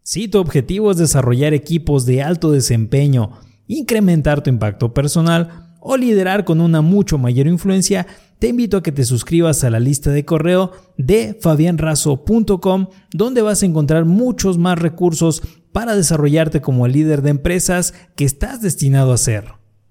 Si tu objetivo es desarrollar equipos de alto desempeño, incrementar tu impacto personal o liderar con una mucho mayor influencia, te invito a que te suscribas a la lista de correo de fabianrazo.com, donde vas a encontrar muchos más recursos para desarrollarte como el líder de empresas que estás destinado a ser.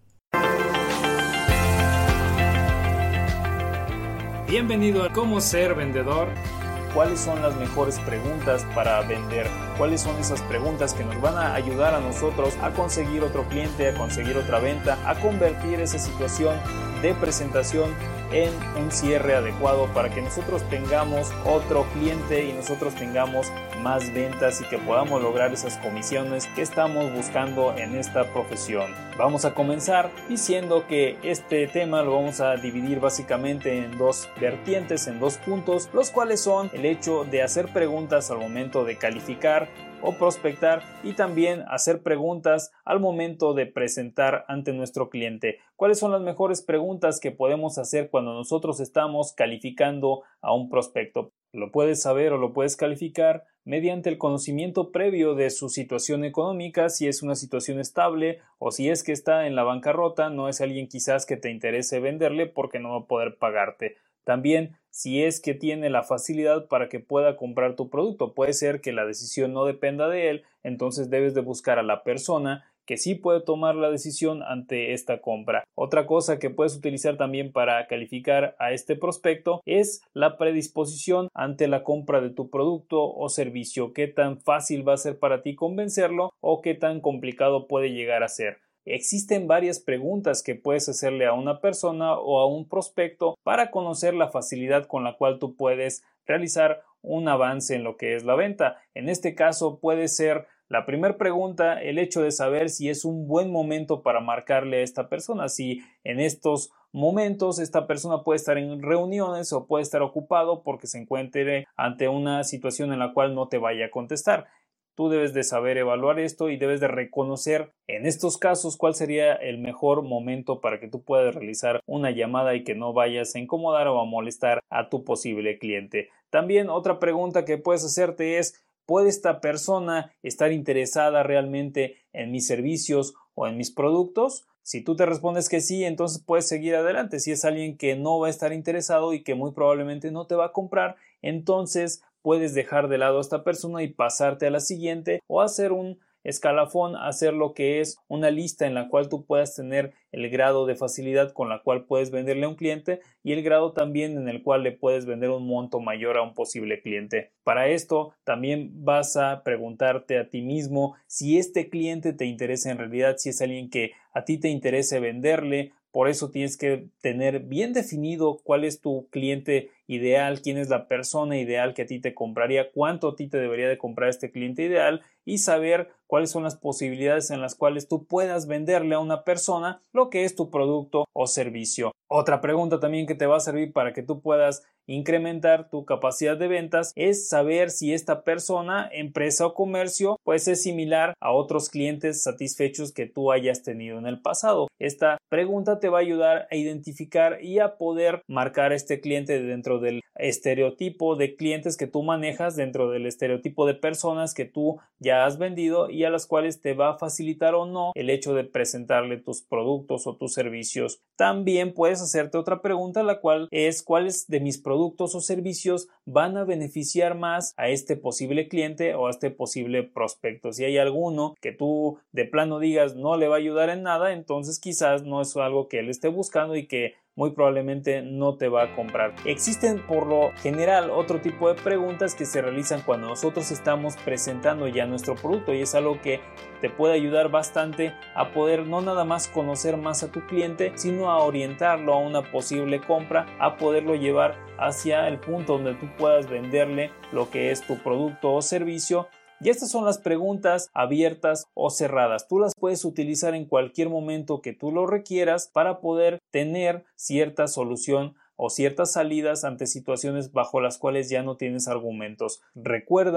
Bienvenido a Cómo Ser Vendedor. ¿Cuáles son las mejores preguntas para vender? ¿Cuáles son esas preguntas que nos van a ayudar a nosotros a conseguir otro cliente, a conseguir otra venta, a convertir esa situación de presentación en un cierre adecuado para que nosotros tengamos otro cliente y nosotros tengamos más ventas y que podamos lograr esas comisiones que estamos buscando en esta profesión? Vamos a comenzar diciendo que este tema lo vamos a dividir básicamente en dos vertientes, en dos puntos, los cuales son el hecho de hacer preguntas al momento de calificar o prospectar y también hacer preguntas al momento de presentar ante nuestro cliente. ¿Cuáles son las mejores preguntas que podemos hacer cuando nosotros estamos calificando a un prospecto? Lo puedes saber o lo puedes calificar mediante el conocimiento previo de su situación económica, si es una situación estable o si es que está en la bancarrota, no es alguien quizás que te interese venderle porque no va a poder pagarte. También si es que tiene la facilidad para que pueda comprar tu producto. Puede ser que la decisión no dependa de él, entonces debes de buscar a la persona que sí puede tomar la decisión ante esta compra. Otra cosa que puedes utilizar también para calificar a este prospecto es la predisposición ante la compra de tu producto o servicio. ¿Qué tan fácil va a ser para ti convencerlo o qué tan complicado puede llegar a ser? Existen varias preguntas que puedes hacerle a una persona o a un prospecto para conocer la facilidad con la cual tú puedes realizar un avance en lo que es la venta. En este caso puede ser la primera pregunta el hecho de saber si es un buen momento para marcarle a esta persona, si en estos momentos esta persona puede estar en reuniones o puede estar ocupado porque se encuentre ante una situación en la cual no te vaya a contestar. Tú debes de saber evaluar esto y debes de reconocer en estos casos cuál sería el mejor momento para que tú puedas realizar una llamada y que no vayas a incomodar o a molestar a tu posible cliente. También otra pregunta que puedes hacerte es: ¿puede esta persona estar interesada realmente en mis servicios o en mis productos? Si tú te respondes que sí, entonces puedes seguir adelante. Si es alguien que no va a estar interesado y que muy probablemente no te va a comprar, entonces puedes dejar de lado a esta persona y pasarte a la siguiente o hacer un escalafón, hacer lo que es una lista en la cual tú puedas tener el grado de facilidad con la cual puedes venderle a un cliente y el grado también en el cual le puedes vender un monto mayor a un posible cliente. Para esto también vas a preguntarte a ti mismo si este cliente te interesa en realidad, si es alguien que a ti te interese venderle. Por eso tienes que tener bien definido cuál es tu cliente ideal, quién es la persona ideal que a ti te compraría, cuánto a ti te debería de comprar este cliente ideal y saber cuáles son las posibilidades en las cuales tú puedas venderle a una persona lo que es tu producto o servicio. Otra pregunta también que te va a servir para que tú puedas incrementar tu capacidad de ventas es saber si esta persona, empresa o comercio, pues es similar a otros clientes satisfechos que tú hayas tenido en el pasado. Esta pregunta te va a ayudar a identificar y a poder marcar a este cliente dentro del estereotipo de clientes que tú manejas, dentro del estereotipo de personas que tú ya has vendido y a las cuales te va a facilitar o no el hecho de presentarle tus productos o tus servicios. También puedes hacerte otra pregunta, la cual es: ¿cuáles de mis productos o servicios van a beneficiar más a este posible cliente o a este posible prospecto? Si hay alguno que tú de plano digas no le va a ayudar en nada, entonces quizás no es algo que él esté buscando y que muy probablemente no te va a comprar. Existen por lo general otro tipo de preguntas que se realizan cuando nosotros estamos presentando ya nuestro producto y es algo que te puede ayudar bastante a poder no nada más conocer más a tu cliente, sino a orientarlo a una posible compra, a poderlo llevar hacia el punto donde tú puedas venderle lo que es tu producto o servicio. Y estas son las preguntas abiertas o cerradas. Tú las puedes utilizar en cualquier momento que tú lo requieras para poder tener cierta solución o ciertas salidas ante situaciones bajo las cuales ya no tienes argumentos. Recuerda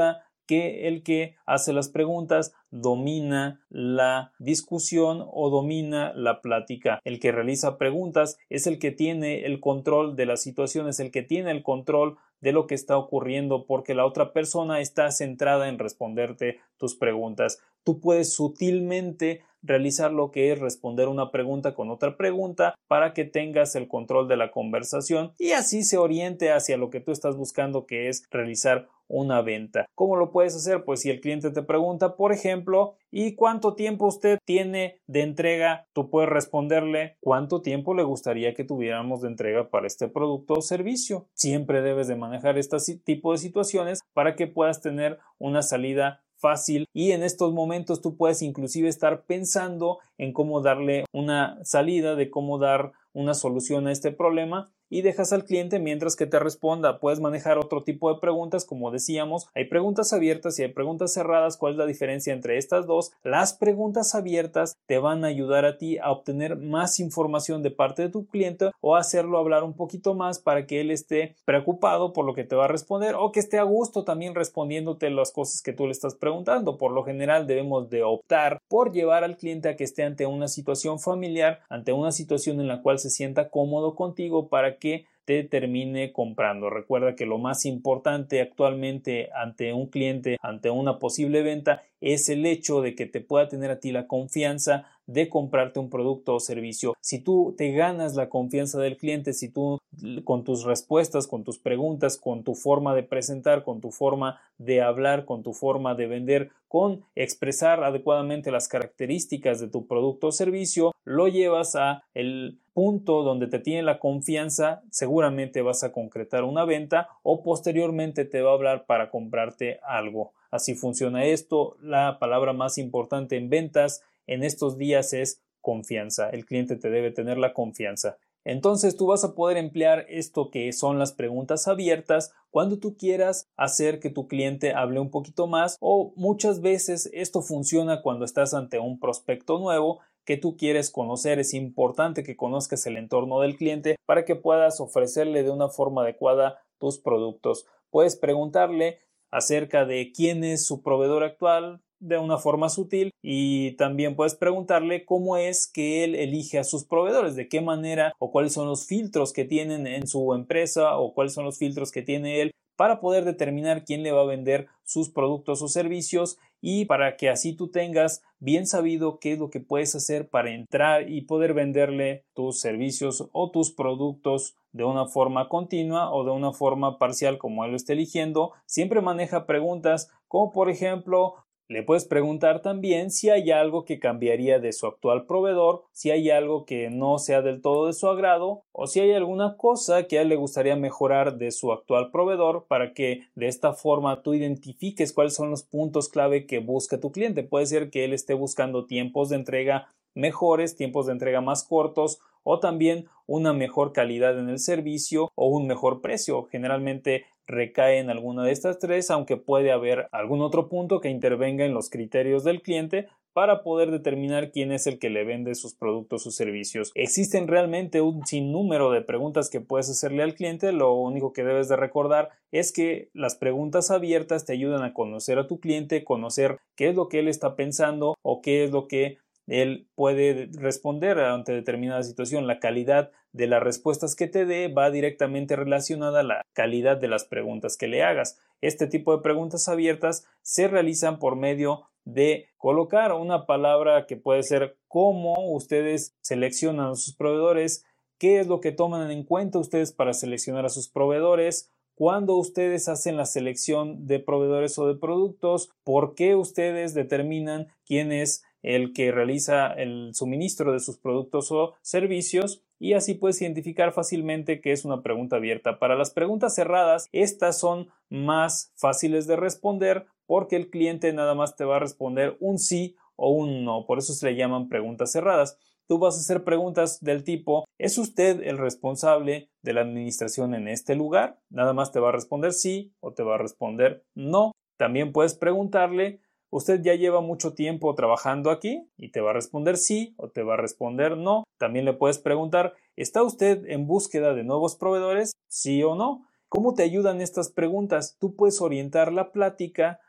que el que hace las preguntas domina la discusión o domina la plática. El que realiza preguntas es el que tiene el control de la situación, es el que tiene el control de lo que está ocurriendo porque la otra persona está centrada en responderte tus preguntas. Tú puedes sutilmente realizar lo que es responder una pregunta con otra pregunta para que tengas el control de la conversación y así se oriente hacia lo que tú estás buscando, que es realizar una venta. ¿Cómo lo puedes hacer? Pues si el cliente te pregunta, por ejemplo, ¿y cuánto tiempo usted tiene de entrega? Tú puedes responderle, ¿cuánto tiempo le gustaría que tuviéramos de entrega para este producto o servicio? Siempre debes de manejar este tipo de situaciones para que puedas tener una salida fácil y en estos momentos tú puedes inclusive estar pensando en cómo darle una salida, de cómo dar una solución a este problema y dejas al cliente mientras que te responda. Puedes manejar otro tipo de preguntas, como decíamos, hay preguntas abiertas y hay preguntas cerradas. ¿Cuál es la diferencia entre estas dos? Las preguntas abiertas te van a ayudar a ti a obtener más información de parte de tu cliente o hacerlo hablar un poquito más para que él esté preocupado por lo que te va a responder o que esté a gusto también respondiéndote las cosas que tú le estás preguntando. Por lo general debemos de optar por llevar al cliente a que esté ante una situación familiar, ante una situación en la cual se sienta cómodo contigo para que te termine comprando. Recuerda que lo más importante actualmente ante un cliente, ante una posible venta, es el hecho de que te pueda tener a ti la confianza de comprarte un producto o servicio. Si tú te ganas la confianza del cliente, si tú con tus respuestas, con tus preguntas, con tu forma de presentar, con tu forma de hablar, con tu forma de vender, con expresar adecuadamente las características de tu producto o servicio, lo llevas a el punto donde te tiene la confianza, seguramente vas a concretar una venta o posteriormente te va a hablar para comprarte algo. Así funciona esto. La palabra más importante en ventas en estos días es confianza. El cliente te debe tener la confianza. Entonces tú vas a poder emplear esto que son las preguntas abiertas cuando tú quieras hacer que tu cliente hable un poquito más, o muchas veces esto funciona cuando estás ante un prospecto nuevo que tú quieres conocer. Es importante que conozcas el entorno del cliente para que puedas ofrecerle de una forma adecuada tus productos. Puedes preguntarle acerca de quién es su proveedor actual de una forma sutil y también puedes preguntarle cómo es que él elige a sus proveedores, de qué manera o cuáles son los filtros que tienen en su empresa o cuáles son los filtros que tiene él para poder determinar quién le va a vender sus productos o servicios y para que así tú tengas bien sabido qué es lo que puedes hacer para entrar y poder venderle tus servicios o tus productos de una forma continua o de una forma parcial como él lo esté eligiendo. Siempre maneja preguntas como por ejemplo, le puedes preguntar también si hay algo que cambiaría de su actual proveedor, si hay algo que no sea del todo de su agrado o si hay alguna cosa que a él le gustaría mejorar de su actual proveedor para que de esta forma tú identifiques cuáles son los puntos clave que busca tu cliente. Puede ser que él esté buscando tiempos de entrega mejores, tiempos de entrega más cortos o también una mejor calidad en el servicio o un mejor precio. Generalmente recae en alguna de estas tres, aunque puede haber algún otro punto que intervenga en los criterios del cliente para poder determinar quién es el que le vende sus productos o servicios. Existen realmente un sinnúmero de preguntas que puedes hacerle al cliente. Lo único que debes de recordar es que las preguntas abiertas te ayudan a conocer a tu cliente, conocer qué es lo que él está pensando o qué es lo que él puede responder ante determinada situación. La calidad de las respuestas que te dé va directamente relacionada a la calidad de las preguntas que le hagas. Este tipo de preguntas abiertas se realizan por medio de colocar una palabra que puede ser cómo ustedes seleccionan a sus proveedores, qué es lo que toman en cuenta ustedes para seleccionar a sus proveedores, cuándo ustedes hacen la selección de proveedores o de productos, por qué ustedes determinan quién es el que realiza el suministro de sus productos o servicios, y así puedes identificar fácilmente que es una pregunta abierta. Para las preguntas cerradas, estas son más fáciles de responder porque el cliente nada más te va a responder un sí o un no, por eso se le llaman preguntas cerradas. Tú vas a hacer preguntas del tipo, ¿es usted el responsable de la administración en este lugar? Nada más te va a responder sí o te va a responder no. También puedes preguntarle, ¿usted ya lleva mucho tiempo trabajando aquí? Y te va a responder sí o te va a responder no. También le puedes preguntar, ¿está usted en búsqueda de nuevos proveedores? Sí o no. ¿Cómo te ayudan estas preguntas? Tú puedes orientar la plática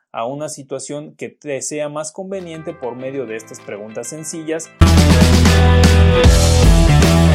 a una situación que te sea más conveniente por medio de estas preguntas sencillas.